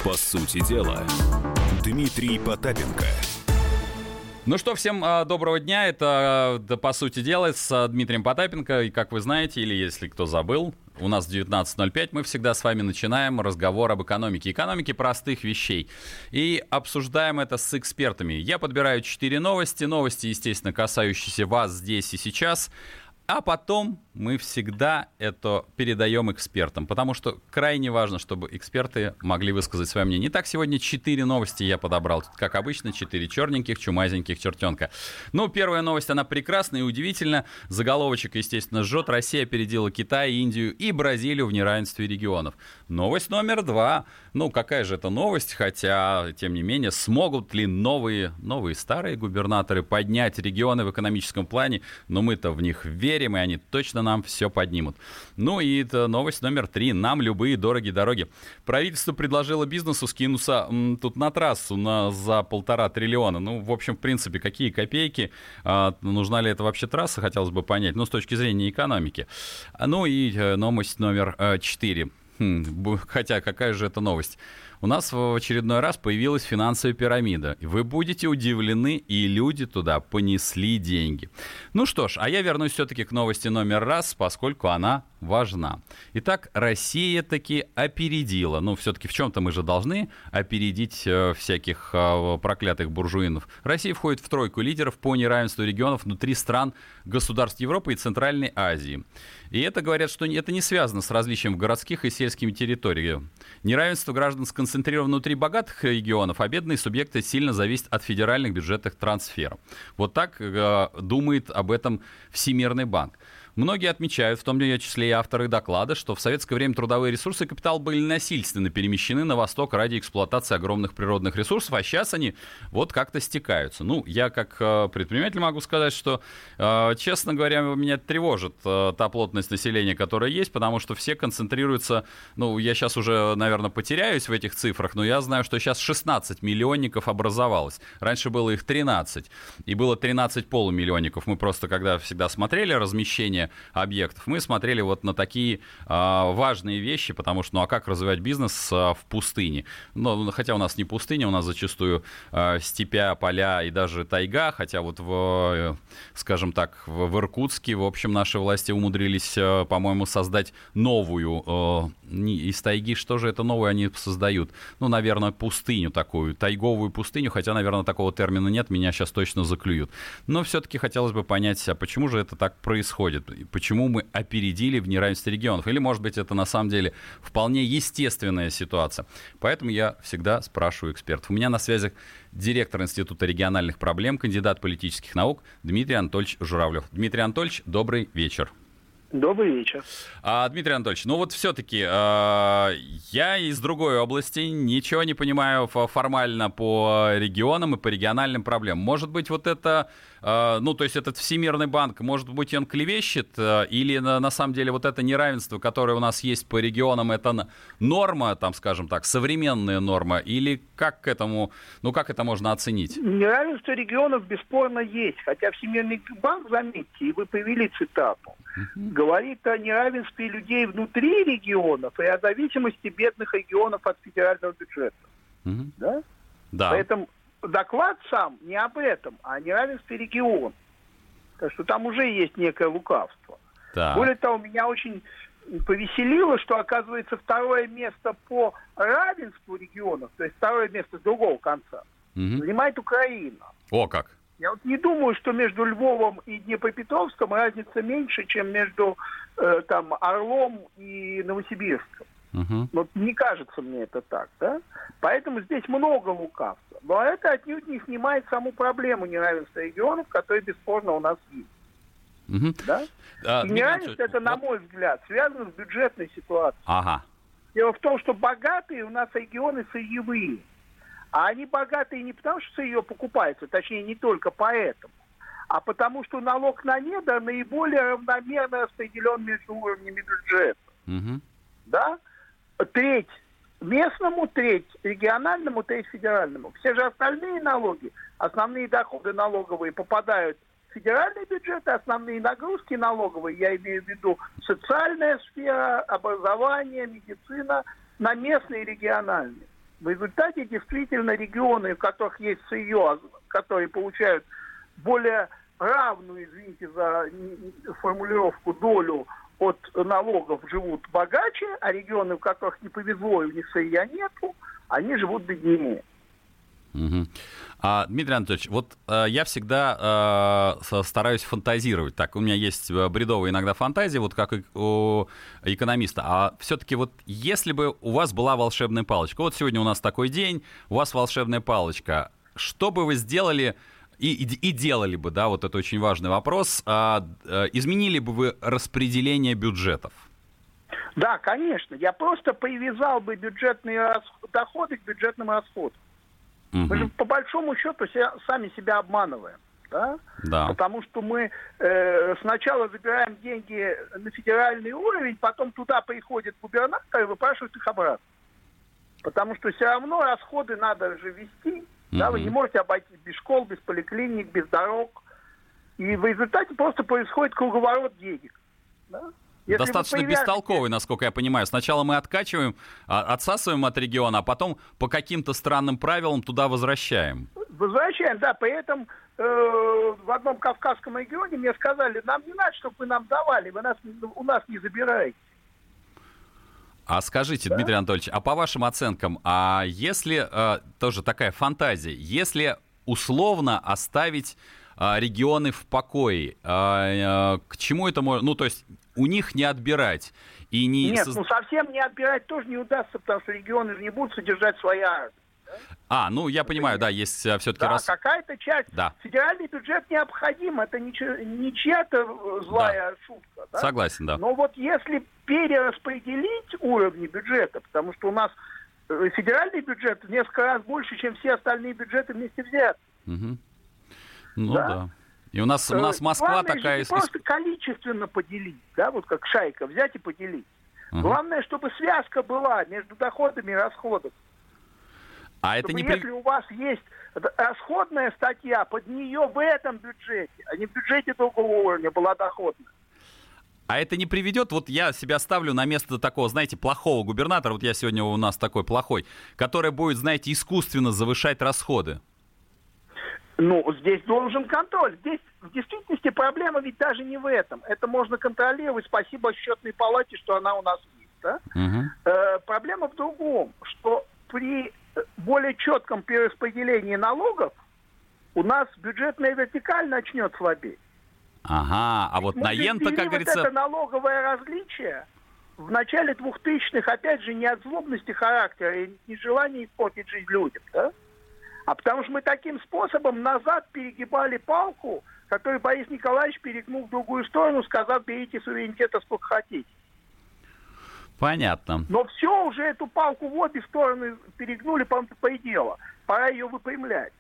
По сути дела, Дмитрий Потапенко. Ну что, всем доброго дня. Это «По сути дела» с Дмитрием Потапенко. И, как вы знаете, или если кто забыл, у нас 19:05, мы всегда с вами начинаем разговор об экономике простых вещей. И обсуждаем это с экспертами. Я подбираю 4 новости. Новости, естественно, касающиеся вас здесь и сейчас. А потом мы всегда это передаем экспертам, потому что крайне важно, чтобы эксперты могли высказать свое мнение. Итак, сегодня 4 новости я подобрал. Как обычно, 4 черненьких, чумазеньких чертенка. Ну, первая новость, она прекрасна и удивительна. Заголовочек, естественно, жжет. Россия опередила Китай, Индию и Бразилию в неравенстве регионов. Новость номер 2. Ну, какая же это новость? Хотя, тем не менее, смогут ли новые старые губернаторы поднять регионы в экономическом плане? Но мы-то в них верим, и они точно нам все поднимут. Ну и это новость номер 3. Нам любые дорогие дороги. Правительство предложило бизнесу скинуться тут на трассу за 1,5 триллиона. Ну, в общем, в принципе, какие копейки? Нужна ли это вообще трасса, хотелось бы понять. Ну, с точки зрения экономики. Ну и новость номер 4. Хотя, какая же это новость? У нас в очередной раз появилась финансовая пирамида. Вы будете удивлены, и люди туда понесли деньги. Ну что ж, а я вернусь все-таки к новости номер раз, поскольку она важна. Итак, Россия таки опередила. Ну, все-таки в чем-то мы же должны опередить всяких проклятых буржуинов. Россия входит в тройку лидеров по неравенству регионов внутри стран государств Европы и Центральной Азии. И это говорят, что это не связано с различием в городских и сельскими территориях. Неравенство граждан сконцентрировано внутри богатых регионов, а бедные субъекты сильно зависят от федеральных бюджетных трансферов. Вот так думает об этом Всемирный банк. Многие отмечают, в том числе и авторы доклада, что в советское время трудовые ресурсы и капитал были насильственно перемещены на восток ради эксплуатации огромных природных ресурсов, а сейчас они вот как-то стекаются. Ну, я как предприниматель могу сказать, что, честно говоря, меня тревожит та плотность населения, которая есть, потому что все концентрируются, ну, я сейчас уже, наверное, потеряюсь в этих цифрах, но я знаю, что сейчас 16 миллионников образовалось. Раньше было их 13, и было 13 полумиллионников. Мы просто, когда всегда смотрели размещение объектов, мы смотрели вот на такие важные вещи, потому что, ну а как развивать бизнес в пустыне? Ну, хотя у нас не пустыня, у нас зачастую степя, поля и даже тайга, хотя вот скажем так, в Иркутске, в общем, наши власти умудрились, по-моему, создать новую, из тайги, что же это новое они создают? Ну, наверное, пустыню такую, тайговую пустыню, хотя, наверное, такого термина нет, меня сейчас точно заклюют. Но все-таки хотелось бы понять, а почему же это так происходит? Почему мы опередили в неравенстве регионов? Или, может быть, это на самом деле вполне естественная ситуация? Поэтому я всегда спрашиваю экспертов. У меня на связи директор Института региональных проблем, кандидат политических наук Дмитрий Анатольевич Журавлев. Дмитрий Анатольевич, добрый вечер. Добрый вечер. Дмитрий Анатольевич, ну вот все-таки я из другой области ничего не понимаю формально по регионам и по региональным проблемам. Может быть, вот это, ну то есть этот Всемирный банк, может быть, он клевещет, или на самом деле вот это неравенство, которое у нас есть по регионам, это норма, там, скажем так, современная норма, или как к этому, ну как это можно оценить? Неравенство регионов бесспорно есть, хотя Всемирный банк, заметьте, и вы привели цитату, говорит о неравенстве людей внутри регионов и о зависимости бедных регионов от федерального бюджета. Да? Да. Поэтому доклад сам не об этом, а о неравенстве регионов. Так что там уже есть некое лукавство. Да. Более того, меня очень повеселило, что, оказывается, второе место по равенству регионов, то есть второе место с другого конца, занимает Украина. О, как! Я вот не думаю, что между Львовом и Днепропетровском разница меньше, чем между Орлом и Новосибирском. Вот не кажется мне это так, да? Поэтому здесь много лукавства. Но это отнюдь не снимает саму проблему неравенства регионов, которая бесспорно у нас есть. Да? И неравенство, это, на мой взгляд, связано с бюджетной ситуацией. Ага. Дело в том, что богатые у нас регионы сырьевые. А они богатые не потому, что сырье покупается, точнее, не только поэтому, а потому что налог на недра наиболее равномерно распределен между уровнями бюджета. Да? Треть местному, треть региональному, треть федеральному. Все же остальные налоги, основные доходы налоговые попадают в федеральный бюджет, а основные нагрузки налоговые, я имею в виду социальная сфера, образование, медицина, на местные и региональные. В результате действительно регионы, у которых есть сырье, которые получают более равную, извините за формулировку, долю от налогов, живут богаче, а регионы, у которых не повезло и у них сырья нету, они живут беднее. Угу. Дмитрий Анатольевич, вот я всегда стараюсь фантазировать. Так, у меня есть бредовые иногда фантазии, вот как и у экономиста. А все-таки вот если бы у вас была волшебная палочка, вот сегодня у нас такой день, у вас волшебная палочка, что бы вы сделали и делали бы, да, вот это очень важный вопрос, изменили бы вы распределение бюджетов? Да, конечно. Я просто привязал бы бюджетные доходы к бюджетным расходам. Мы же по большому счету сами себя обманываем. Да? Да. Потому что мы сначала забираем деньги на федеральный уровень, потом туда приходит губернатор и выпрашивает их обратно. Потому что все равно расходы надо же вести. Да? Вы не можете обойтись без школ, без поликлиник, без дорог. И в результате просто происходит круговорот денег. Да? Если достаточно бестолковый, насколько я понимаю. Сначала мы откачиваем, отсасываем от региона, а потом по каким-то странным правилам туда возвращаем. Возвращаем, да. При этом в одном кавказском регионе мне сказали, нам не надо, чтобы вы нам давали, вы у нас не забираете. А скажите, да? Дмитрий Анатольевич, а по вашим оценкам, а если, тоже такая фантазия, если условно оставить регионы в покое, к чему это может... Ну, то есть у них не отбирать и не... Нет, совсем не отбирать тоже не удастся, потому что регионы же не будут содержать свои армии. Да? Ну, я понимаю, да, есть все-таки... Да, какая-то часть. Да. Федеральный бюджет необходим, это не чья-то злая шутка. Да? Согласен, да. Но вот если перераспределить уровни бюджета, потому что у нас федеральный бюджет в несколько раз больше, чем все остальные бюджеты вместе взятые. Угу. Ну да. И у нас Москва такая... Главное же не просто количественно поделить, да, вот как шайка, взять и поделить. Главное, чтобы связка была между доходами и расходами. Если у вас есть расходная статья, под нее в этом бюджете, а не в бюджете другого уровня была доходная. А это не приведет, вот я себя ставлю на место такого, знаете, плохого губернатора, вот я сегодня у нас такой плохой, который будет, знаете, искусственно завышать расходы. Ну, здесь должен контроль. Здесь в действительности проблема ведь даже не в этом. Это можно контролировать. Спасибо Счетной палате, что она у нас есть. Да? Проблема в другом, что при более четком перераспределении налогов у нас бюджетная вертикаль начнет слабеть. А вот на ента, как говорится... Вот это налоговое различие в начале 2000-х, опять же, не от злобности характера и не желания испортить жизнь людям, да? А потому что мы таким способом назад перегибали палку, которую Борис Николаевич перегнул в другую сторону, сказав, берите суверенитета сколько хотите. Понятно. Но все, уже эту палку в обе стороны перегнули, по делу. Пора ее выпрямлять.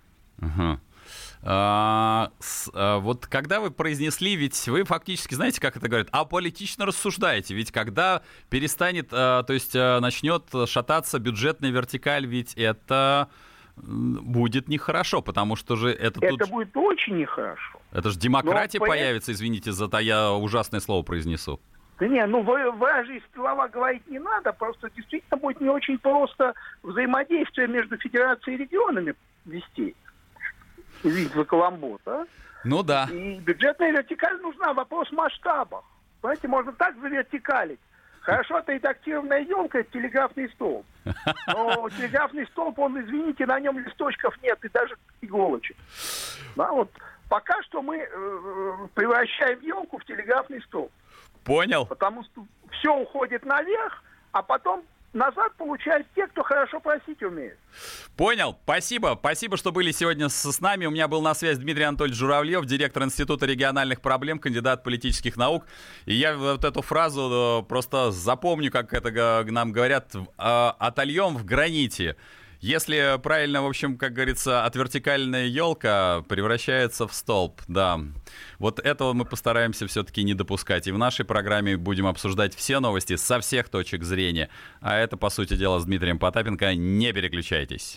Вот когда вы произнесли, ведь вы фактически, знаете, как это говорят, аполитично рассуждаете. Ведь когда перестанет, то есть начнет шататься бюджетная вертикаль, ведь это... будет нехорошо, потому что же это будет очень нехорошо. Это же демократия появится, извините, зато я ужасное слово произнесу. Да не, выражить слова говорить не надо, просто действительно будет не очень просто взаимодействие между федерацией и регионами вести. Видите, за Коломбо, да? Ну да. И бюджетная вертикаль нужна, вопрос масштаба. Знаете, можно так завертикалить. Хорошо отредактированная елка — это телеграфный столб. Но телеграфный столб, он, извините, на нем листочков нет и даже иголочек. Да, вот пока что мы превращаем елку в телеграфный столб. Понял. Потому что все уходит наверх, а потом назад получают те, кто хорошо просить умеет. Понял. Спасибо. Спасибо, что были сегодня с нами. У меня был на связи Дмитрий Анатольевич Журавлев, директор Института региональных проблем, кандидат политических наук. И я вот эту фразу просто запомню, как это нам говорят, отольем в граните. Если правильно, в общем, как говорится, от вертикальная елка превращается в столб, да. Вот этого мы постараемся все-таки не допускать. И в нашей программе будем обсуждать все новости со всех точек зрения. А это, по сути дела, с Дмитрием Потапенко. Не переключайтесь.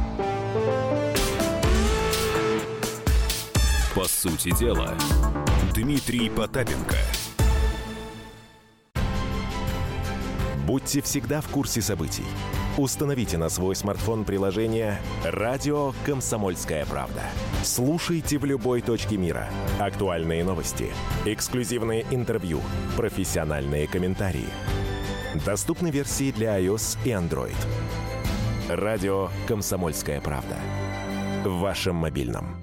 По сути дела, Дмитрий Потапенко. Будьте всегда в курсе событий. Установите на свой смартфон приложение «Радио Комсомольская правда». Слушайте в любой точке мира. Актуальные новости, эксклюзивные интервью, профессиональные комментарии. Доступны версии для iOS и Android. «Радио Комсомольская правда». В вашем мобильном.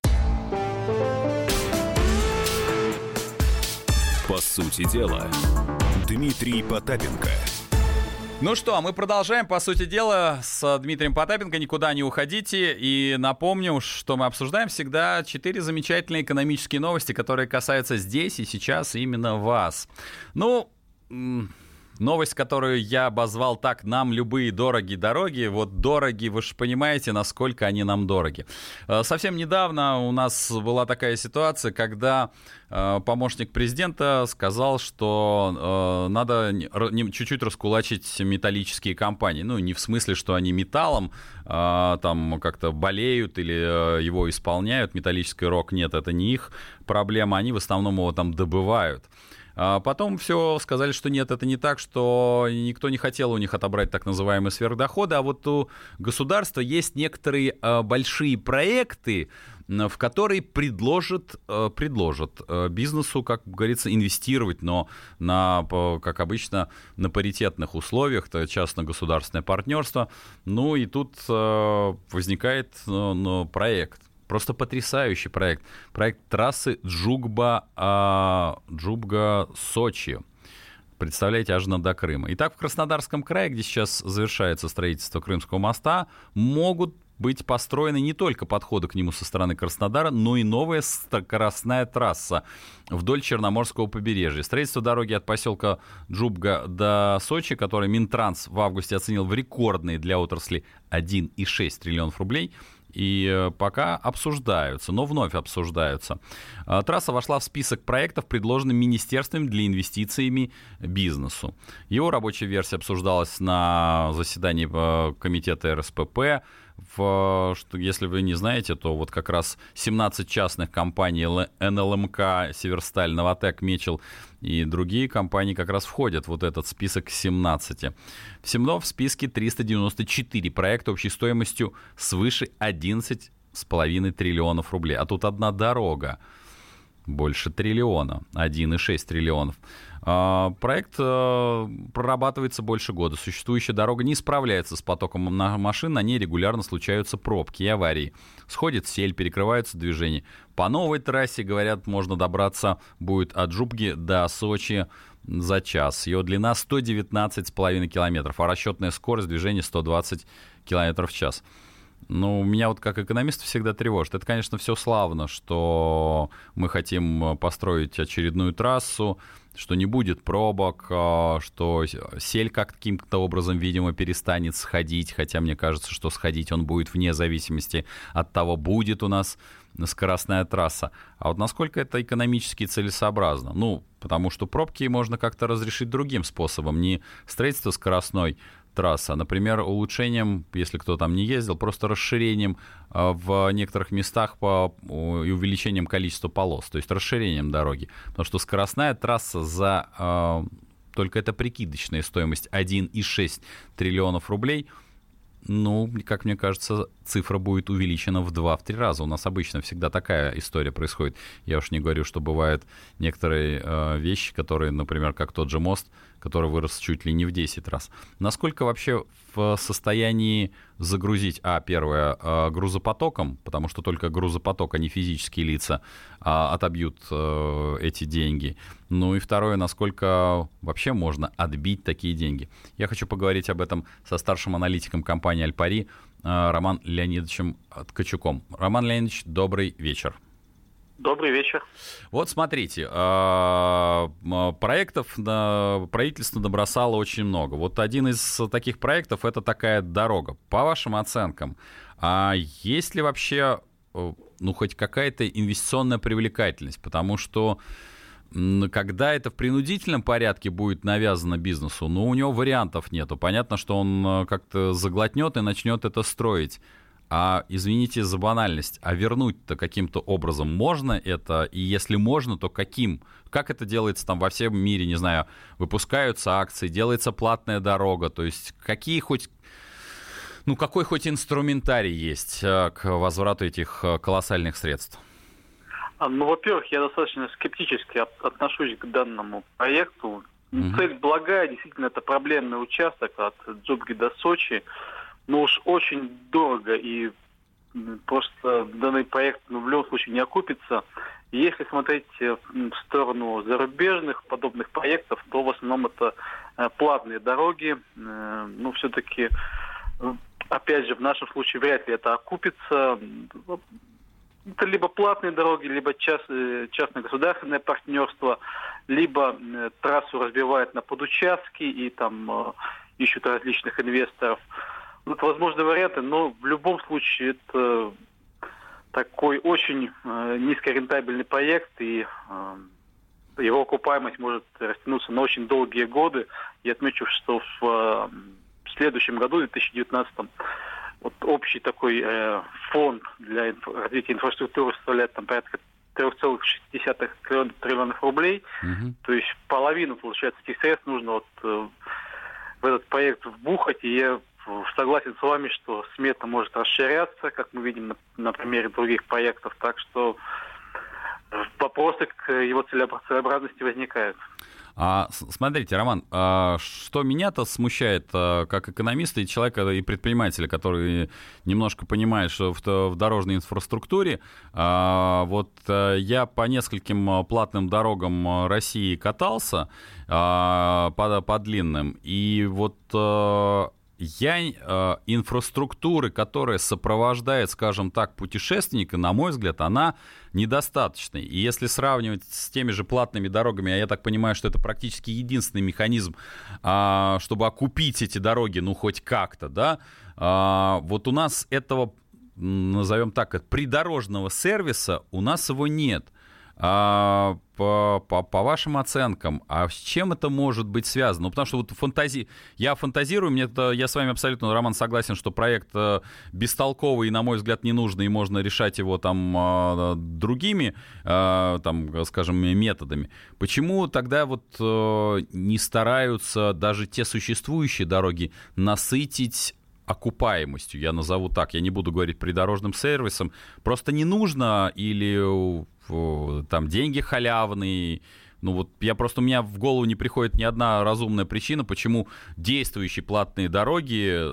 По сути дела, Дмитрий Потапенко. Ну что, мы продолжаем, по сути дела, с Дмитрием Потапенко. Никуда не уходите. И напомню, что мы обсуждаем всегда 4 замечательные экономические новости, которые касаются здесь и сейчас именно вас. Ну, новость, которую я обозвал так: нам любые дороги дороги. Вот дороги, вы же понимаете, насколько они нам дороги. Совсем недавно у нас была такая ситуация, когда помощник президента сказал, что надо чуть-чуть раскулачить металлические компании. Ну, не в смысле, что они металлом там как-то болеют или его исполняют. Металлический рок — нет, это не их проблема. Они в основном его там добывают. Потом все сказали, что нет, это не так, что никто не хотел у них отобрать так называемые сверхдоходы, а вот у государства есть некоторые большие проекты, в которые предложат бизнесу, как говорится, инвестировать, но как обычно, на паритетных условиях, это частно-государственное партнерство. Ну и тут возникает проект. Просто потрясающий проект. Проект трассы Джубга-Сочи. Представляете, аж до Крыма. Итак, в Краснодарском крае, где сейчас завершается строительство Крымского моста, могут быть построены не только подходы к нему со стороны Краснодара, но и новая скоростная трасса вдоль Черноморского побережья. Строительство дороги от поселка Джубга до Сочи, который Минтранс в августе оценил в рекордные для отрасли 1,6 триллионов рублей, и пока обсуждаются, но вновь обсуждаются. Трасса вошла в список проектов, предложенных министерством для инвестициями бизнесу. Его рабочая версия обсуждалась на заседании комитета РСПП. Если вы не знаете, то вот как раз 17 частных компаний НЛМК, Северсталь, Новотек, Мечел и другие компании как раз входят в вот этот список 17. Всего в списке 394 проекта общей стоимостью свыше 11,5 триллионов рублей. А тут одна дорога больше триллиона, 1,6 триллионов. Проект прорабатывается больше года. Существующая дорога не справляется с потоком машин, на ней регулярно случаются пробки и аварии. Сходит сель, перекрываются движения. По новой трассе, говорят, можно добраться будет от Джубги до Сочи за час. Ее длина 119,5 километров, а расчетная скорость движения 120 километров в час. Ну, меня вот как экономист всегда тревожит. Это, конечно, все славно, что мы хотим построить очередную трассу, что не будет пробок, что сель каким-то образом, видимо, перестанет сходить, хотя мне кажется, что сходить он будет вне зависимости от того, будет у нас скоростная трасса. А вот насколько это экономически целесообразно? Ну, потому что пробки можно как-то разрешить другим способом, не строительство скоростной трасса, например, улучшением, если кто там не ездил, просто расширением в некоторых местах и увеличением количества полос, то есть расширением дороги. Потому что скоростная трасса только это прикидочная стоимость 1,6 триллионов рублей, ну, как мне кажется, цифра будет увеличена в 2-3 раза. У нас обычно всегда такая история происходит. Я уж не говорю, что бывают некоторые вещи, которые, например, как тот же мост, который вырос чуть ли не в 10 раз. Насколько вообще в состоянии загрузить, первое, грузопотоком, потому что только грузопоток, а не физические лица отобьют эти деньги. Ну и второе, насколько вообще можно отбить такие деньги. Я хочу поговорить об этом со старшим аналитиком компании «Альпари» Романом Леонидовичем Ткачуком. Роман Леонидович, добрый вечер. Добрый вечер. Вот смотрите, проектов правительство набросало очень много. Вот один из таких проектов — это такая дорога. По вашим оценкам, есть ли вообще хоть какая-то инвестиционная привлекательность? Потому что когда это в принудительном порядке будет навязано бизнесу, у него вариантов нету. Понятно, что он как-то заглотнет и начнет это строить. А, извините за банальность, а вернуть-то каким-то образом можно это? И если можно, то каким? Как это делается там во всем мире, не знаю, выпускаются акции, делается платная дорога, то есть какой хоть инструментарий есть к возврату этих колоссальных средств? Во-первых, я достаточно скептически отношусь к данному проекту. Цель благая, действительно, это проблемный участок от Джубги до Сочи. Но уж очень дорого, и просто данный проект в любом случае не окупится. Если смотреть в сторону зарубежных подобных проектов, то в основном это платные дороги. Все-таки, опять же, в нашем случае вряд ли это окупится. Это либо платные дороги, либо частно-государственное партнерство, либо трассу разбивают на подучастки и там ищут различных инвесторов. Это возможные варианты, но в любом случае это такой очень низкорентабельный проект, и его окупаемость может растянуться на очень долгие годы. Я отмечу, что в следующем году, в 2019, общий такой фонд для развития инфраструктуры составляет там порядка 3,6 триллионов рублей. То есть половину, получается, этих средств нужно в этот проект вбухать, и я согласен с вами, что смета может расширяться, как мы видим на примере других проектов. Так что вопросы к его целесообразности возникают. Смотрите, Роман, что меня-то смущает как экономиста и человека, и предпринимателя, который немножко понимает, что в дорожной инфраструктуре, я по нескольким платным дорогам России катался по длинным, и инфраструктуры, которая сопровождает, скажем так, путешественника, на мой взгляд, она недостаточной. И если сравнивать с теми же платными дорогами, а я так понимаю, что это практически единственный механизм, чтобы окупить эти дороги, хоть как-то, да, у нас этого, назовем так, придорожного сервиса, у нас его нет. По вашим оценкам, с чем это может быть связано? Потому что я фантазирую, я с вами абсолютно, Роман, согласен, что проект бестолковый и, на мой взгляд, ненужный, и можно решать его другими, скажем, методами. Почему тогда не стараются даже те существующие дороги насытить окупаемостью, я назову так, я не буду говорить придорожным сервисом, просто не нужно, или там деньги халявные, у меня в голову не приходит ни одна разумная причина, почему действующие платные дороги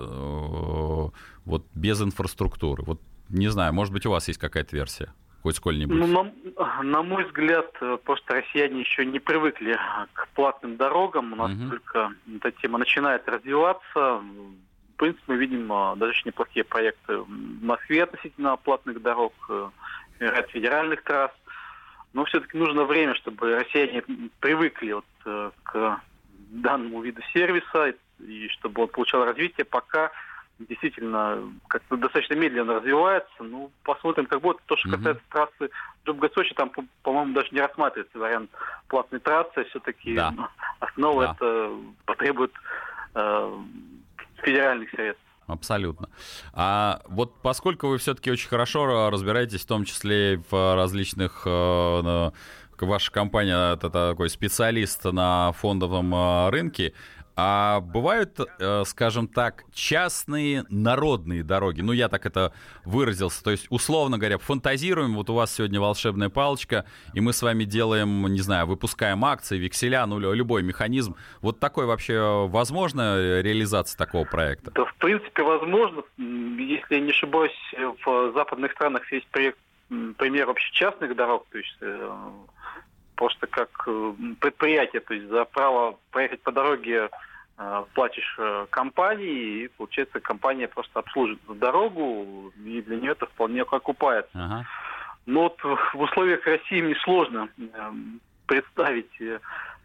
без инфраструктуры. Не знаю, может быть, у вас есть какая-то версия, хоть сколь-нибудь? На мой взгляд, просто россияне еще не привыкли к платным дорогам, у нас только эта тема начинает развиваться. В принципе, мы видим даже очень неплохие проекты в Москве относительно платных дорог, ряд федеральных трасс. Но все-таки нужно время, чтобы россияне привыкли к данному виду сервиса, и чтобы он получал развитие, пока действительно как-то достаточно медленно развивается. Посмотрим, как будет. То, что касается трассы Джубга-Сочи, там, по-моему, даже не рассматривается вариант платной трассы. Все-таки основа это потребует федеральных средств. Абсолютно. Поскольку вы все-таки очень хорошо разбираетесь, в том числе в различных... Ваша компания — это такой специалист на фондовом рынке, а бывают, скажем так, частные народные дороги? Я так это выразился. То есть, условно говоря, фантазируем, у вас сегодня волшебная палочка, и мы с вами делаем, не знаю, выпускаем акции, векселя, любой механизм. Такой вообще возможна реализация такого проекта? Да, в принципе, возможно. Если я не ошибаюсь, в западных странах есть пример вообще частных дорог, то есть просто как предприятие, то есть за право проехать по дороге платишь компании, и, получается, компания просто обслуживает дорогу, и для нее это вполне окупается. Но в условиях России мне сложно представить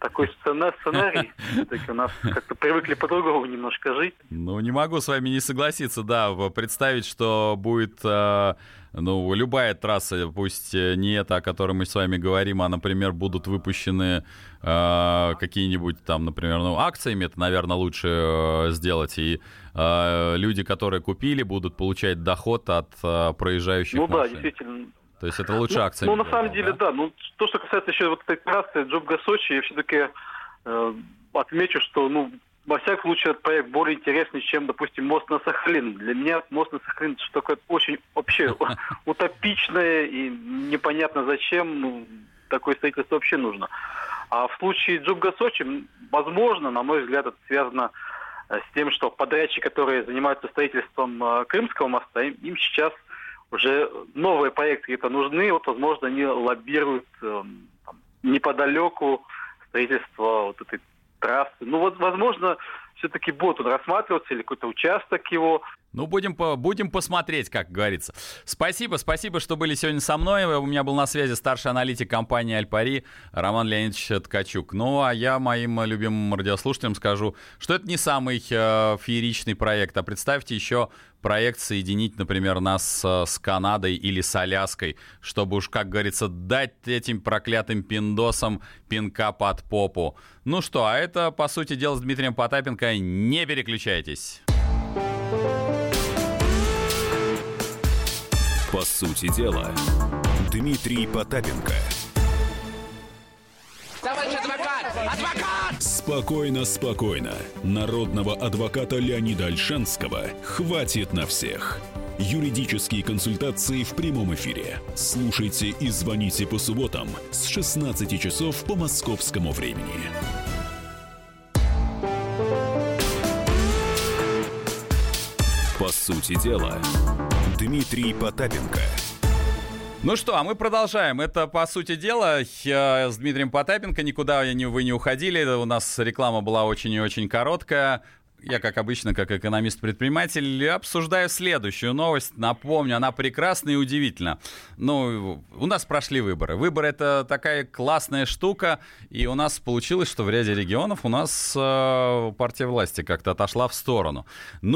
такой сценарий. Все-таки у нас как-то привыкли по-другому немножко жить. Ну, не могу с вами не согласиться, да. Представить, что будет любая трасса, пусть не эта, о которой мы с вами говорим, а, например, будут выпущены какие-нибудь там, например, акциями, это, наверное, лучше сделать. И люди, которые купили, будут получать доход от проезжающих машин. Да, действительно. То есть это лучше акции. На самом деле, да. То, что касается еще вот этой трассы Джубга-Сочи, я все-таки отмечу, что, во всяком случае, этот проект более интересный, чем, допустим, мост на Сахалин. Для меня мост на Сахалин что такое очень вообще утопичное и непонятно зачем такое строительство вообще нужно. А в случае Джубга-Сочи, возможно, на мой взгляд, это связано с тем, что подрядчики, которые занимаются строительством Крымского моста, им сейчас уже новые проекты какие-то нужны. Вот, возможно, они лоббируют неподалеку строительство вот этой трассы. Возможно, все-таки будет он рассматриваться или какой-то участок его. Будем посмотреть, как говорится. Спасибо, что были сегодня со мной. У меня был на связи старший аналитик компании «Альпари» Роман Леонидович Ткачук. А я моим любимым радиослушателям скажу, что это не самый фееричный проект. А представьте еще проект соединить, например, нас с Канадой или с Аляской, чтобы уж, как говорится, дать этим проклятым пиндосам пинка под попу. А это, по сути дела, с Дмитрием Потапенко. Не переключайтесь. По сути дела, Дмитрий Потапенко. Товарищ адвокат! Адвокат! Спокойно. Народного адвоката Леонида Ольшанского хватит на всех. Юридические консультации в прямом эфире. Слушайте и звоните по субботам с 16 часов по московскому времени. По сути дела, Дмитрий Потапенко. А мы продолжаем. Это, по сути дела, с Дмитрием Потапенко. Никуда вы не уходили. У нас реклама была очень и очень короткая. Я, как обычно, как экономист-предприниматель, обсуждаю следующую новость. Напомню, она прекрасна и удивительна. У нас прошли выборы. Выборы — это такая классная штука. И у нас получилось, что в ряде регионов у нас партия власти как-то отошла в сторону.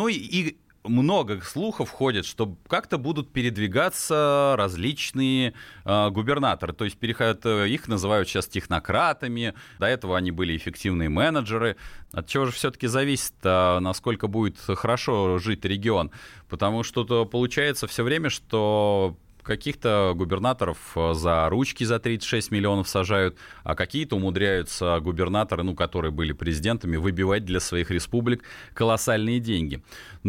И много слухов ходит, что как-то будут передвигаться различные губернаторы. То есть их называют сейчас технократами. До этого они были эффективные менеджеры. От чего же все-таки зависит, насколько будет хорошо жить регион? Потому что получается все время, что каких-то губернаторов за ручки за 36 миллионов сажают, а какие-то умудряются губернаторы, которые были президентами, выбивать для своих республик колоссальные деньги.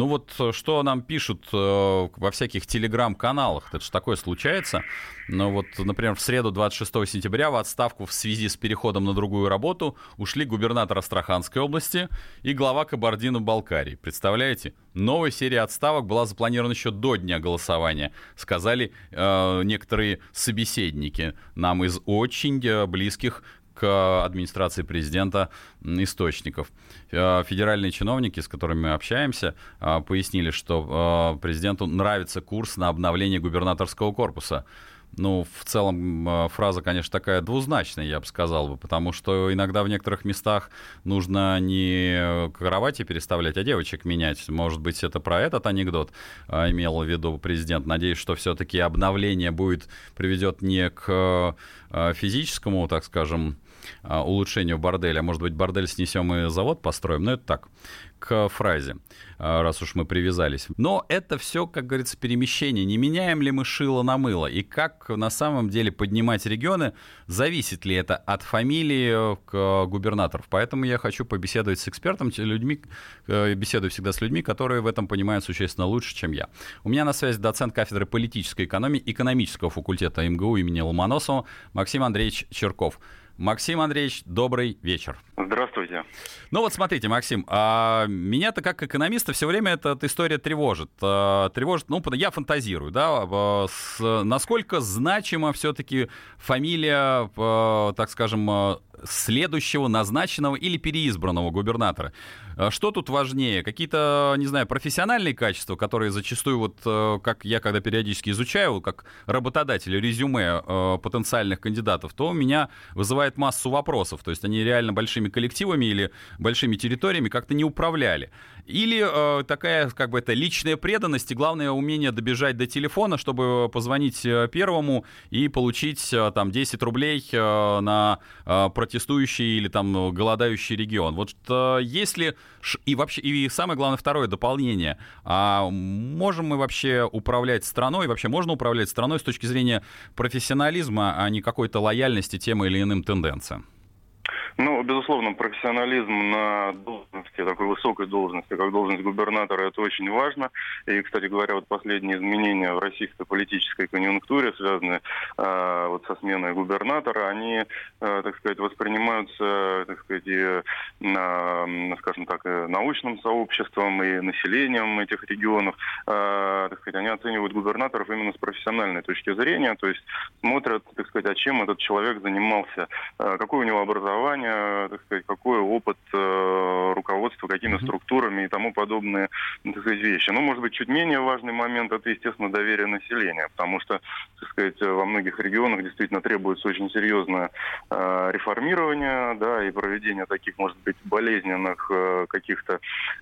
Что нам пишут во всяких телеграм-каналах, это же такое случается. Например, в среду 26 сентября в отставку в связи с переходом на другую работу ушли губернатор Астраханской области и глава Кабардино-Балкарии. Представляете? Новая серия отставок была запланирована еще до дня голосования, сказали некоторые собеседники нам из очень близких к администрации президента источников. Федеральные чиновники, с которыми мы общаемся, пояснили, что президенту нравится курс на обновление губернаторского корпуса. В целом фраза, конечно, такая двузначная, я бы сказал, потому что иногда в некоторых местах нужно не кровати переставлять, а девочек менять. Может быть, это про этот анекдот имел в виду президент. Надеюсь, что все-таки обновление приведет не к физическому, так скажем, улучшению борделя. Может быть, бордель снесем и завод построим. Это так, к фразе, раз уж мы привязались. Но это все, как говорится, перемещение. Не меняем ли мы шило на мыло? И как на самом деле поднимать регионы? Зависит ли это от фамилии губернаторов? Поэтому я хочу побеседовать с экспертом, беседую всегда с людьми, которые в этом понимают существенно лучше, чем я. У меня на связи доцент кафедры политической экономии экономического факультета МГУ имени Ломоносова Максим Андреевич Черков. Максим Андреевич, добрый вечер. Здравствуйте. Смотрите, Максим, меня-то как экономиста все время эта история тревожит. Я фантазирую, насколько значима все-таки фамилия, так скажем, следующего назначенного или переизбранного губернатора. Что тут важнее? Какие-то, не знаю, профессиональные качества, которые зачастую, вот как я когда периодически изучаю, как работодатель, резюме потенциальных кандидатов, то у меня вызывает массу вопросов. То есть они реально большими коллективами или большими территориями как-то не управляли. Или такая, как бы, это личная преданность и, главное, умение добежать до телефона, чтобы позвонить первому и получить там 10 рублей на протестующий или там голодающий регион. Вот если... И вообще, и самое главное, второе дополнение. А можем мы вообще управлять страной, вообще можно управлять страной с точки зрения профессионализма, а не какой-то лояльности тем или иным тенденциям? Ну, безусловно, профессионализм на должности, такой высокой должности, как должность губернатора, это очень важно. И, кстати говоря, вот последние изменения в российской политической конъюнктуре, связанные вот со сменой губернатора, они, так сказать, воспринимаются, так сказать, и, скажем так, и научным сообществом, и населением этих регионов. Так сказать, они оценивают губернаторов именно с профессиональной точки зрения, то есть смотрят, так сказать, а чем этот человек занимался, какое у него образование, так сказать, какой опыт руководства, какими структурами и тому подобные, так сказать, вещи. Ну, может быть, чуть менее важный момент — это, естественно, доверие населения, потому что, так сказать, во многих регионах действительно требуется очень серьезное реформирование, да, и проведение таких, может быть, болезненных каких-то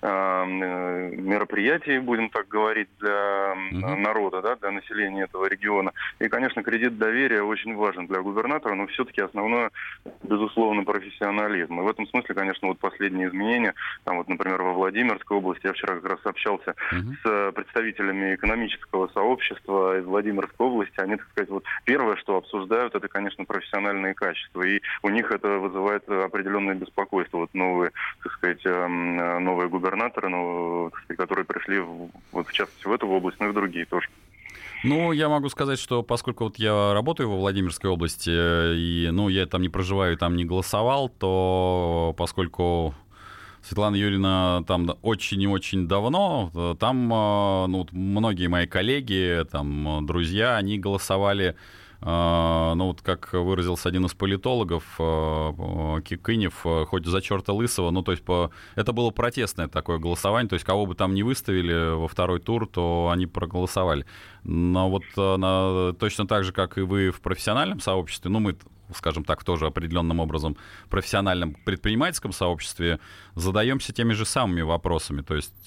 мероприятий, будем так говорить, для народа, да, для населения этого региона. И, конечно, кредит доверия очень важен для губернатора, но все-таки основное, безусловно, профессионализм. И в этом смысле, конечно, вот последние изменения, там вот, например, во Владимирской области, я вчера как раз общался с представителями экономического сообщества из Владимирской области, они, так сказать, вот первое, что обсуждают, это, конечно, профессиональные качества, и у них это вызывает определенное беспокойство. Вот новые, так сказать, новые губернаторы, так сказать, которые пришли, вот, в частности, в эту область, но и в другие тоже. Ну, я могу сказать, что поскольку вот я работаю во Владимирской области, и, ну, я там не проживаю, там не голосовал, то поскольку Светлана Юрьевна там очень и очень давно, там, ну, многие мои коллеги, там, друзья, они голосовали, ну, вот как выразился один из политологов, Кикынев, хоть за черта лысого, ну, то есть это было протестное такое голосование, то есть кого бы там ни выставили во второй тур, то они проголосовали. Но вот точно так же, как и вы в профессиональном сообществе, ну, мы, скажем так, тоже определенным образом в профессиональном предпринимательском сообществе задаемся теми же самыми вопросами, то есть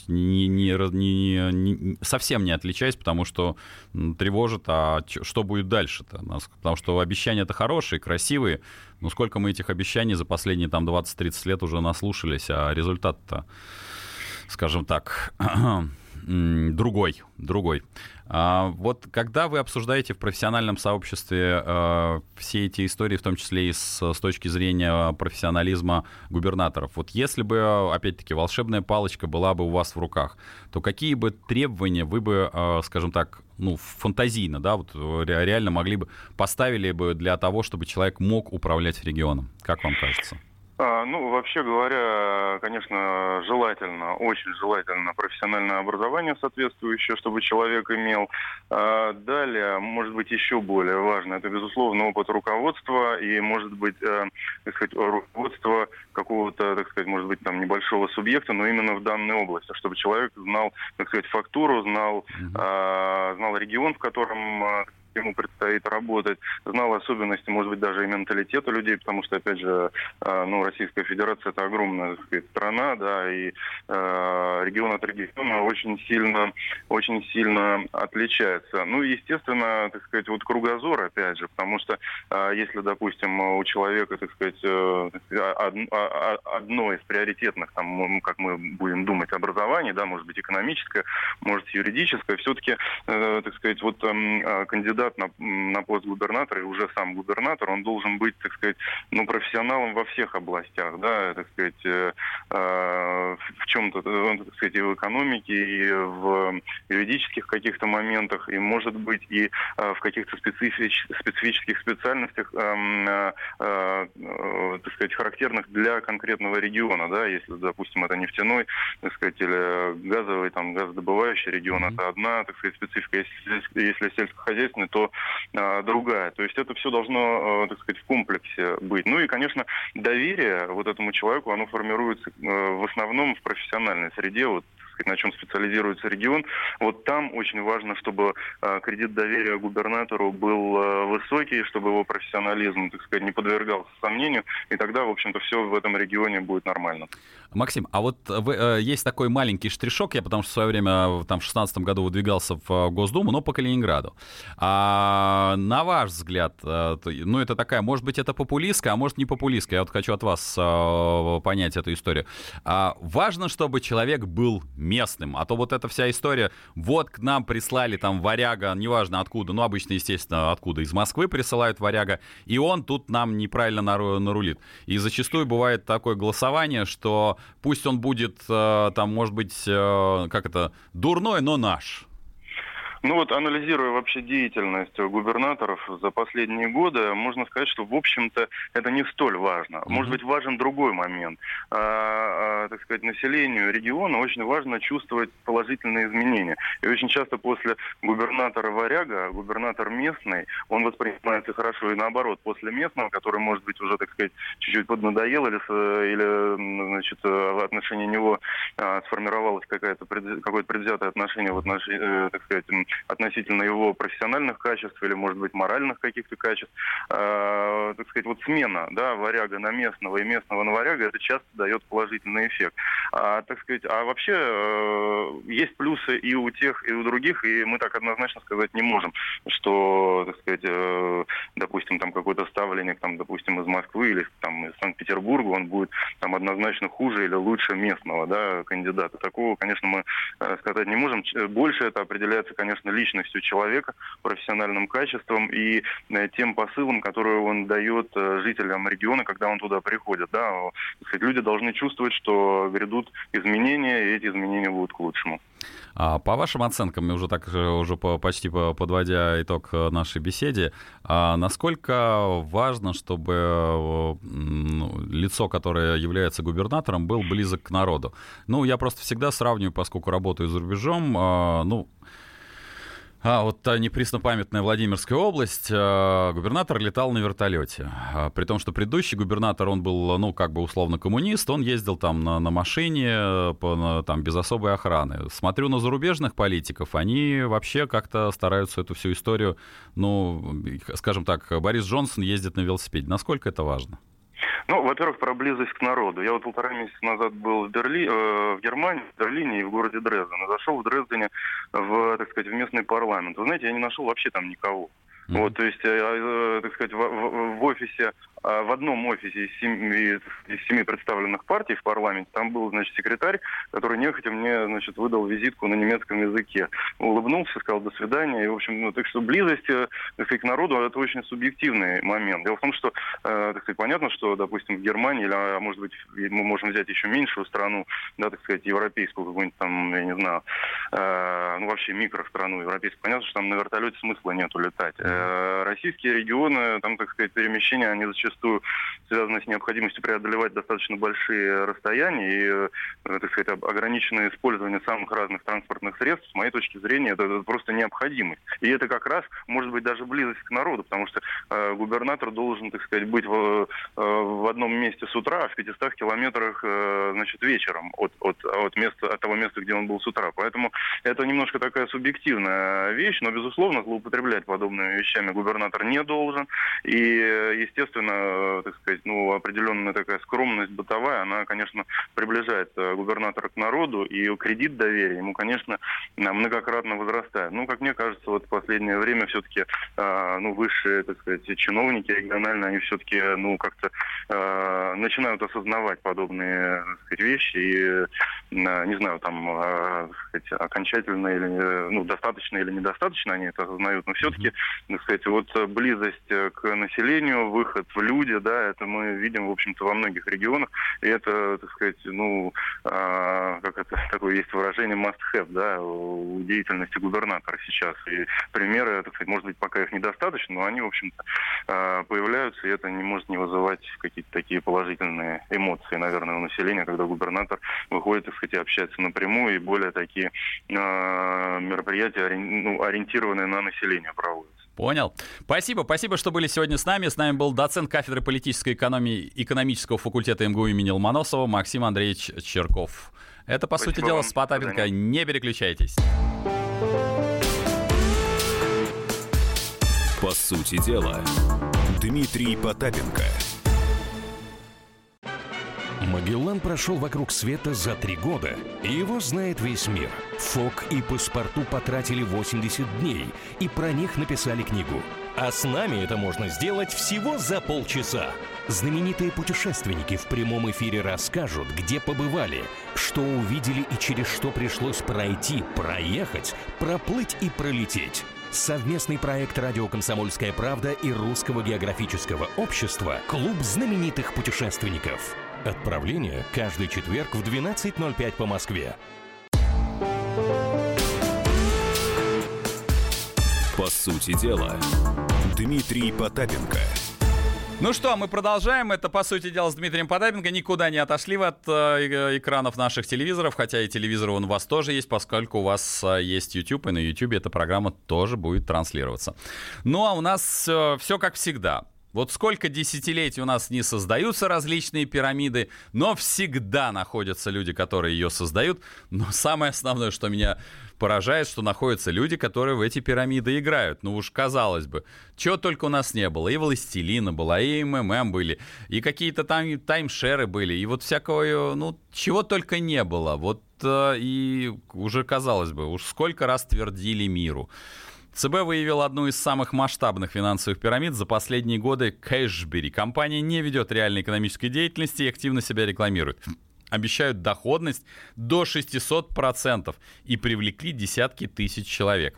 совсем не отличаясь, потому что тревожит, а что будет дальше-то? Потому что обещания это хорошие, красивые, но сколько мы этих обещаний за последние там 20-30 лет уже наслушались, а результат-то, скажем так, другой. Вот когда вы обсуждаете в профессиональном сообществе все эти истории, в том числе и с точки зрения профессионализма губернаторов, вот если бы, опять-таки, волшебная палочка была бы у вас в руках, то какие бы требования вы бы, скажем так, ну, фантазийно, да, вот реально поставили бы для того, чтобы человек мог управлять регионом? Как вам кажется? Ну, вообще говоря, конечно, желательно, очень желательно профессиональное образование соответствующее, чтобы человек имел. Далее, может быть, еще более важно, это, безусловно, опыт руководства и, может быть, так сказать, руководство какого-то, так сказать, может быть, там, небольшого субъекта, но именно в данной области, чтобы человек знал, так сказать, фактуру, знал регион, в котором ему предстоит работать, знал особенности, может быть, даже и менталитета людей, потому что, опять же, ну, Российская Федерация — это огромная, так сказать, страна, да, и регион от региона очень сильно отличается. Ну, и, естественно, так сказать, вот кругозор, опять же, потому что если, допустим, у человека, так сказать, одно из приоритетных, там, как мы будем думать, образование, да, может быть, экономическое, может, юридическое, все-таки, так сказать, вот кандидат на пост губернатора и уже сам губернатор, он должен быть, так сказать, ну, профессионалом во всех областях, да, так сказать, в чем чем-то, так сказать, и в экономике, и в юридических каких-то моментах, и, может быть, и в каких-то специфических специальностях, так сказать, характерных для конкретного региона, да, если, допустим, это нефтяной, так сказать, или газовый, там, газодобывающий регион, это одна, так сказать, специфика, если сельскохозяйственный, то другая. То есть это все должно, так сказать, в комплексе быть. Ну и, конечно, доверие вот этому человеку, оно формируется в основном в профессиональной среде, вот, на чем специализируется регион. Вот там очень важно, чтобы кредит доверия губернатору был высокий, чтобы его профессионализм, так сказать, не подвергался сомнению, и тогда, в общем-то, все в этом регионе будет нормально. Максим, а вот есть такой маленький штришок, я потому что в свое время там, в 2016 году выдвигался в Госдуму, но по Калининграду. А на ваш взгляд, ну это такая, может быть, это популистская, а может не популистская, я вот хочу от вас понять эту историю. Важно, чтобы человек был местным, а то вот эта вся история, вот к нам прислали там варяга, неважно откуда, ну обычно, естественно, откуда, из Москвы присылают варяга, и он тут нам неправильно нарулит. И зачастую бывает такое голосование, что пусть он будет там, может быть, дурной, но наш. Ну вот, анализируя вообще деятельность губернаторов за последние годы, можно сказать, что, в общем-то, это не столь важно. Может быть, важен другой момент. Так сказать, населению региона очень важно чувствовать положительные изменения. И очень часто после губернатора варяга, губернатор местный, он воспринимается хорошо. И наоборот, после местного, который, может быть, уже, так сказать, чуть-чуть поднадоел, или значит, в отношении него сформировалось какое-то предвзятое отношение, так сказать, относительно его профессиональных качеств или, может быть, моральных каких-то качеств. Так сказать, вот смена, да, варяга на местного и местного на варяга, это часто дает положительный эффект. Так сказать, а вообще есть плюсы и у тех, и у других, и мы так однозначно сказать не можем, что, так сказать, допустим, там какой-то ставленник, там, допустим, из Москвы или там, из Санкт-Петербурга, он будет там однозначно хуже или лучше местного, да, кандидата. Такого, конечно, мы сказать не можем. Больше это определяется, конечно, личностью человека, профессиональным качеством и тем посылом, который он дает жителям региона, когда он туда приходит. Да. Люди должны чувствовать, что грядут изменения, и эти изменения будут к лучшему. По вашим оценкам, мы уже почти подводя итог нашей беседе, насколько важно, чтобы лицо, которое является губернатором, был близок к народу? Ну, я просто всегда сравниваю, поскольку работаю за рубежом, вот та непреснопамятная Владимирская область, губернатор летал на вертолете. При том, что предыдущий губернатор, он был, условно коммунист, он ездил там на машине, там, без особой охраны. Смотрю на зарубежных политиков, они вообще как-то стараются эту всю историю, скажем так, Борис Джонсон ездит на велосипеде. Насколько это важно? Ну, во-первых, про близость к народу. Я вот 1,5 месяца назад был в Германии, в Берлине и в городе Дрезден. И зашел в Дрездене так сказать, в местный парламент. Вы знаете, я не нашел вообще там никого. Вот, то есть, так сказать, в офисе, в одном офисе из 7 представленных партий в парламенте, там был, значит, секретарь, который нехотя мне, значит, выдал визитку на немецком языке. Улыбнулся, сказал «до свидания». И, в общем, так что близость, так сказать, к народу — это очень субъективный момент. Дело в том, что, так сказать, понятно, что, допустим, в Германии, или, может быть, мы можем взять еще меньшую страну, да, так сказать, европейскую какую-нибудь там, я не знаю, вообще микространу европейскую, понятно, что там на вертолете смысла нету летать. Российские регионы, там, так сказать, перемещения, они зачастую связаны с необходимостью преодолевать достаточно большие расстояния и, так сказать, ограниченное использование самых разных транспортных средств, с моей точки зрения, это просто необходимость. И это как раз, может быть, даже близость к народу, потому что губернатор должен, так сказать, быть в одном месте с утра, а в 500 километрах, значит, вечером от того места, где он был с утра. Поэтому это немножко такая субъективная вещь, но, безусловно, злоупотреблять подобными вещами губернатор не должен. И, естественно, так сказать, определенная такая скромность бытовая, она, конечно, приближает губернатора к народу, и кредит доверия ему, конечно, многократно возрастает. Как мне кажется, вот в последнее время все-таки, высшие, так сказать, чиновники региональные, они все-таки, как-то начинают осознавать подобные, так сказать, вещи, и, не знаю, там, так сказать, окончательно или, достаточно или недостаточно они это осознают, но все-таки, так сказать, вот близость к населению, выход в люди, да, это мы видим, в общем-то, во многих регионах, и это, так сказать, как это такое есть выражение must-have, да, у деятельности губернатора сейчас. И примеры, так сказать, может быть, пока их недостаточно, но они, в общем-то, появляются, и это не может не вызывать какие-то такие положительные эмоции, наверное, у населения, когда губернатор выходит, так сказать, и общается напрямую, и более такие мероприятия, ориентированные на население, проводятся. Понял. Спасибо, что были сегодня с нами. С нами был доцент кафедры политической экономии экономического факультета МГУ имени Ломоносова Максим Андреевич Черков. Это, по сути дела, с Потапенко. Не переключайтесь. По сути дела, Дмитрий Потапенко. Магеллан прошел вокруг света за 3 года, и его знает весь мир. Фок и Паспарту потратили 80 дней, и про них написали книгу. А с нами это можно сделать всего за полчаса. Знаменитые путешественники в прямом эфире расскажут, где побывали, что увидели и через что пришлось пройти, проехать, проплыть и пролететь. Совместный проект «Радио Комсомольская правда» и Русского географического общества «Клуб знаменитых путешественников». Отправление каждый четверг в 12:05 по Москве. По сути дела, Дмитрий Потапенко. Ну что, мы продолжаем. Это, по сути дела, с Дмитрием Потапенко. Никуда не отошли вы от экранов наших телевизоров, хотя и телевизор у вас тоже есть, поскольку у вас есть YouTube, и на YouTube эта программа тоже будет транслироваться. Ну, а у нас все как всегда. Вот сколько десятилетий у нас не создаются различные пирамиды, но всегда находятся люди, которые ее создают. Но самое основное, что меня поражает, что находятся люди, которые в эти пирамиды играют. Ну уж казалось бы, чего только у нас не было. И «Властелина» была, и МММ были, и какие-то там таймшеры были, и вот всякого, ну, чего только не было. Вот и уже казалось бы, уж сколько раз твердили миру. ЦБ выявил одну из самых масштабных финансовых пирамид за последние годы — Кэшбери. Компания не ведет реальной экономической деятельности и активно себя рекламирует. Обещают доходность до 600% и привлекли десятки тысяч человек.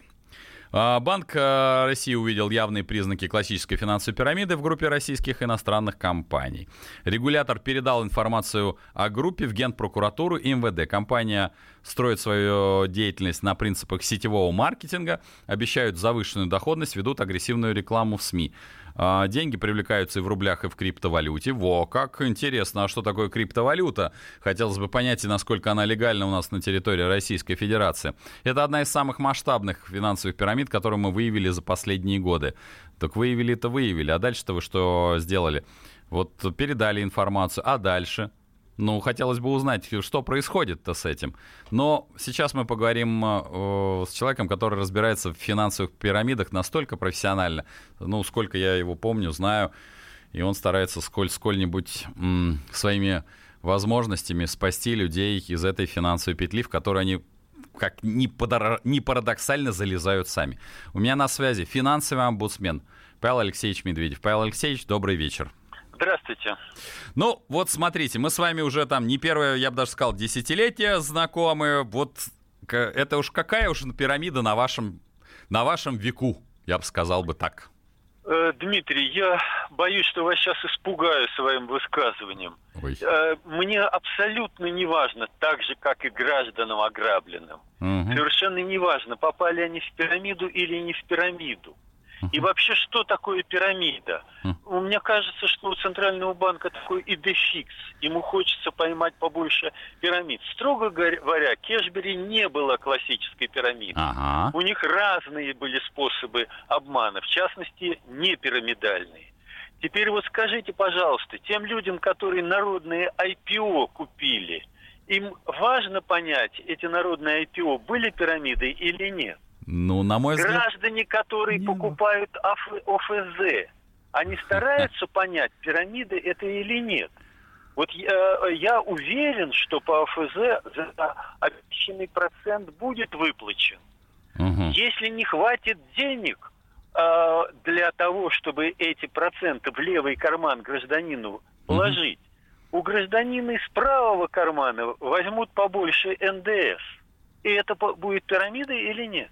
Банк России увидел явные признаки классической финансовой пирамиды в группе российских иностранных компаний. Регулятор передал информацию о группе в Генпрокуратуру и МВД. Компания строит свою деятельность на принципах сетевого маркетинга, обещают завышенную доходность, ведут агрессивную рекламу в СМИ. Деньги привлекаются и в рублях, и в криптовалюте. Во, как интересно, а что такое криптовалюта? Хотелось бы понять, насколько она легальна у нас на территории Российской Федерации. Это одна из самых масштабных финансовых пирамид, которую мы выявили за последние годы. Так выявили-то выявили, а дальше-то вы что сделали? Вот передали информацию, а дальше? Ну, хотелось бы узнать, что происходит-то с этим. Но сейчас мы поговорим с человеком, который разбирается в финансовых пирамидах настолько профессионально, ну, сколько я его помню, знаю, и он старается сколь-нибудь своими возможностями спасти людей из этой финансовой петли, в которой они, как ни парадоксально, залезают сами. У меня на связи финансовый омбудсмен Павел Алексеевич Медведев. Павел Алексеевич, добрый вечер. Здравствуйте. Ну, вот смотрите, мы с вами уже там не первое, я бы даже сказал, десятилетие знакомы. Вот это уж какая уж пирамида на вашем веку, я бы сказал бы так. Дмитрий, я боюсь, что вас сейчас испугаю своим высказыванием. Ой. Мне абсолютно не важно, так же, как и гражданам ограбленным. Угу. Совершенно не важно, попали они в пирамиду или не в пирамиду. И вообще, что такое пирамида? Мне кажется, что у Центрального банка такой идефикс. Ему хочется поймать побольше пирамид. Строго говоря, Кэшбери не было классической пирамидой. Ага. У них разные были способы обмана, в частности, не пирамидальные. Теперь вот скажите, пожалуйста, тем людям, которые народные IPO купили, им важно понять, эти народные IPO были пирамидой или нет? Ну, на мой взгляд... Граждане, которые покупают ОФЗ, они стараются понять, пирамида это или нет. Вот я уверен, что по ОФЗ за обещанный процент будет выплачен. Угу. Если не хватит денег для того, чтобы эти проценты в левый карман гражданину положить, у гражданина из правого кармана возьмут побольше НДС. И это будет пирамидой или нет?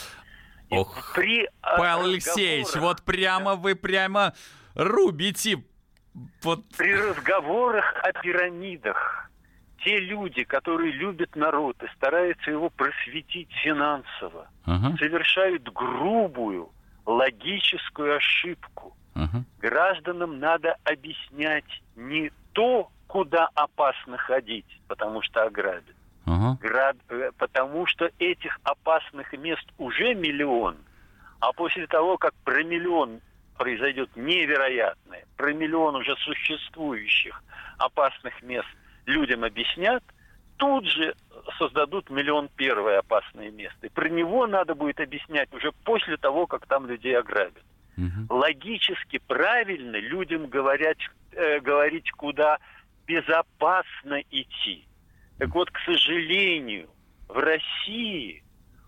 Ох, Павел Алексеевич, вот вы прямо рубите. Вот. При разговорах о пирамидах те люди, которые любят народ и стараются его просветить финансово, совершают грубую логическую ошибку. Гражданам надо объяснять не то, куда опасно ходить, потому что ограбят, потому что этих опасных мест уже миллион, а после того, как про миллион произойдет невероятное, про миллион уже существующих опасных мест людям объяснят, тут же создадут миллион первое опасное место. И про него надо будет объяснять уже после того, как там людей ограбят. Логически правильно людям говорить, куда безопасно идти. Так вот, к сожалению, в России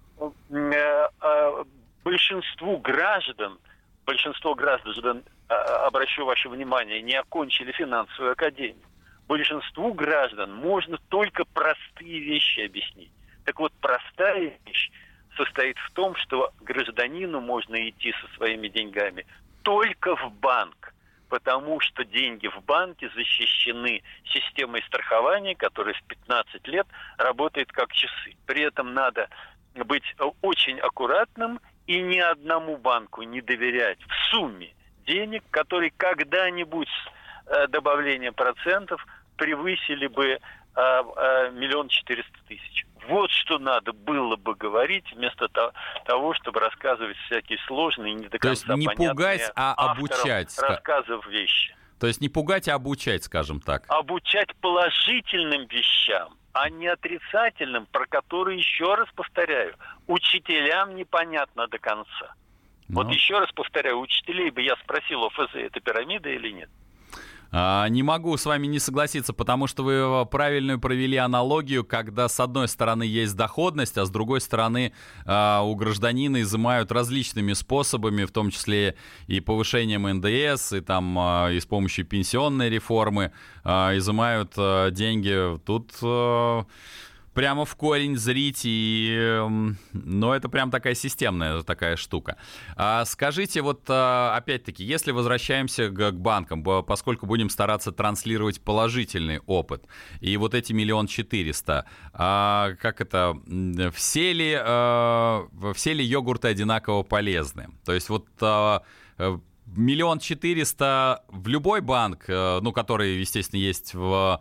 большинство граждан, обращу ваше внимание, не окончили финансовую академию. Большинству граждан можно только простые вещи объяснить. Так вот, простая вещь состоит в том, что гражданину можно идти со своими деньгами только в банк, потому что деньги в банке защищены системой страхования, которая в 15 лет работает как часы. При этом надо быть очень аккуратным и ни одному банку не доверять в сумме денег, которые когда-нибудь с добавлением процентов превысили бы 1 400 000. Вот что надо было бы говорить, вместо того, чтобы рассказывать всякие сложные, не до конца понятные. То есть не пугать, а обучать. Рассказов вещи. То есть не пугать, а обучать, скажем так. Обучать положительным вещам, а не отрицательным, про которые, еще раз повторяю, учителям непонятно до конца. Вот еще раз повторяю, учителей бы я спросил, ОФЗ это пирамида или нет? Не могу с вами не согласиться, потому что вы правильную провели аналогию, когда с одной стороны есть доходность, а с другой стороны у гражданина изымают различными способами, в том числе и повышением НДС, и там и с помощью пенсионной реформы изымают деньги. Тут прямо в корень зрить, но это прям такая системная такая штука. Скажите, вот опять-таки, если возвращаемся к банкам, поскольку будем стараться транслировать положительный опыт, и вот эти 1 400 000, как это, все ли йогурты одинаково полезны? То есть вот 1 400 000 в любой банк, ну, который, естественно, есть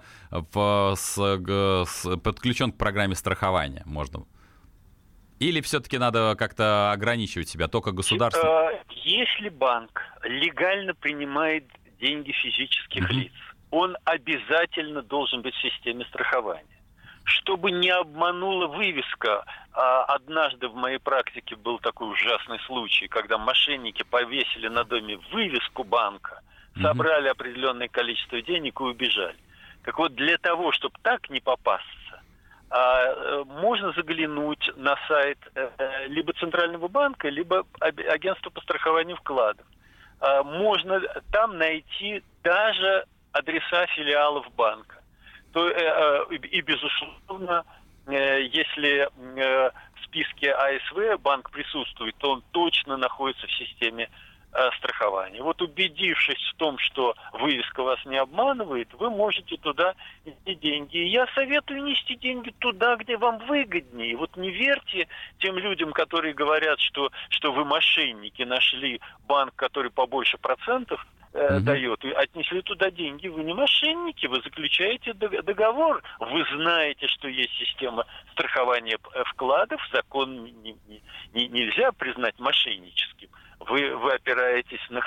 подключен к программе страхования, можно? Или все-таки надо как-то ограничивать себя, только государство? Если банк легально принимает деньги физических лиц, он обязательно должен быть в системе страхования. Чтобы не обманула вывеска, однажды в моей практике был такой ужасный случай, когда мошенники повесили на доме вывеску банка, собрали определенное количество денег и убежали. Так вот, для того, чтобы так не попасться, можно заглянуть на сайт либо Центрального банка, либо агентства по страхованию вкладов. Можно там найти даже адреса филиалов банка. И, безусловно, если в списке АСВ банк присутствует, то он точно находится в системе страхования. Вот убедившись в том, что вывеска вас не обманывает, вы можете туда нести деньги. И я советую нести деньги туда, где вам выгоднее. Вот не верьте тем людям, которые говорят, что вы мошенники, нашли банк, который побольше процентов дает, и отнесли туда деньги. Вы не мошенники, вы заключаете договор. Вы знаете, что есть система страхования вкладов, закон нельзя признать мошенническим. Вы опираетесь на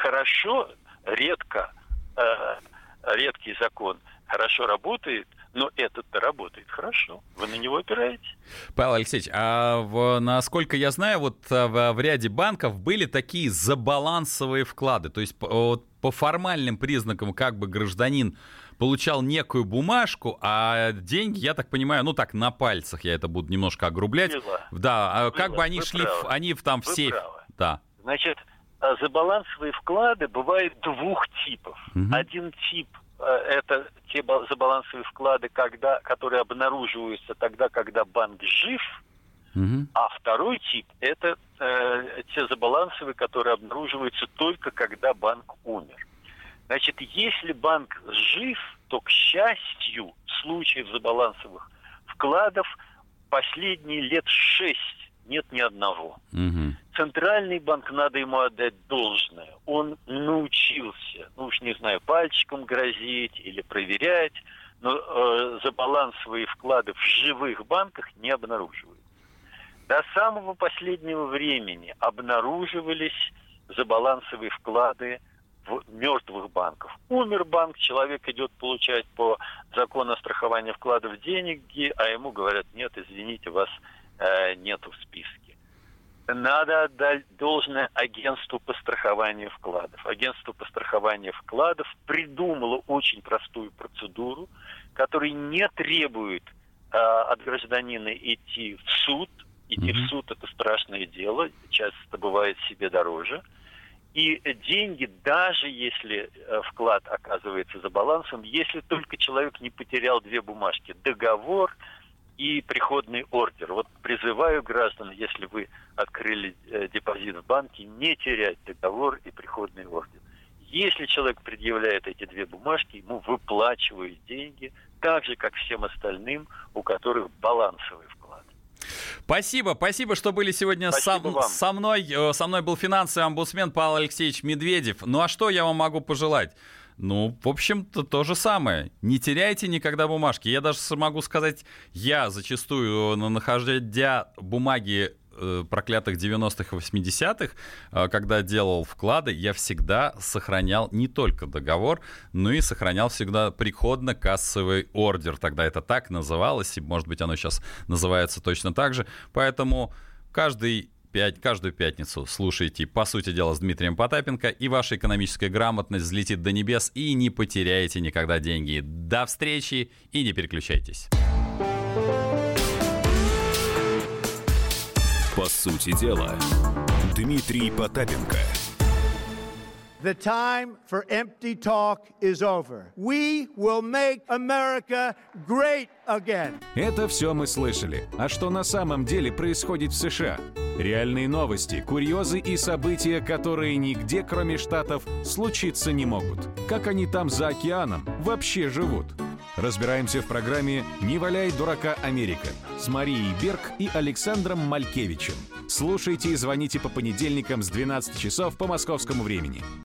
редкий закон. Хорошо работает, но этот-то работает хорошо. Вы на него опираетесь. Павел Алексеевич, насколько я знаю, вот в ряде банков были такие забалансовые вклады. То есть по формальным признакам как бы гражданин получал некую бумажку, а деньги, я так понимаю, ну так, на пальцах я это буду немножко огрублять. Да, как бы они шли, они там в сейф. Да. Значит, забалансовые вклады бывают двух типов. Один тип это те забалансовые вклады, которые обнаруживаются тогда, когда банк жив, а второй тип это те забалансовые, которые обнаруживаются только когда банк умер. Значит, если банк жив, то, к счастью, случаев забалансовых вкладов последние лет 6 нет ни одного. Центральный банк, надо ему отдать должное. Он научился, уж не знаю, пальчиком грозить или проверять, но забалансовые вклады в живых банках не обнаруживают. До самого последнего времени обнаруживались забалансовые вклады в мертвых банках. Умер банк, человек идет получать по закону о страховании вкладов деньги, а ему говорят: нет, извините, вас нету в списке. Надо отдать должное агентству по страхованию вкладов. Агентство по страхованию вкладов придумало очень простую процедуру, которая не требует от гражданина идти в суд. Идти в суд — это страшное дело, часто бывает себе дороже. И деньги, даже если вклад оказывается за балансом, если только человек не потерял две бумажки: договор и приходный ордер. Вот призываю граждан, если вы открыли депозит в банке, не терять договор и приходный ордер. Если человек предъявляет эти две бумажки, ему выплачивают деньги, так же, как всем остальным, у которых балансовый вклад. Спасибо, что были сегодня со мной. Со мной был финансовый омбудсмен Павел Алексеевич Медведев. Ну а что я вам могу пожелать? Ну, в общем-то, то же самое. Не теряйте никогда бумажки. Я даже могу сказать, я зачастую, находя бумаги проклятых 90-х и 80-х, когда делал вклады, я всегда сохранял не только договор, но и сохранял всегда приходно-кассовый ордер. Тогда это так называлось, и, может быть, оно сейчас называется точно так же. Поэтому каждую пятницу слушайте «По сути дела» с Дмитрием Потапенко, и ваша экономическая грамотность взлетит до небес, и не потеряете никогда деньги. До встречи и не переключайтесь. По сути дела, Дмитрий Потапенко. The time for empty talk is over. We will make America great again. Это все мы слышали. А что на самом деле происходит в США? Реальные новости, курьезы и события, которые нигде, кроме Штатов, случиться не могут. Как они там за океаном вообще живут? Разбираемся в программе «Не валяй дурака, Америка» с Марией Берг и Александром Малькевичем. Слушайте и звоните по понедельникам с 12 часов по московскому времени.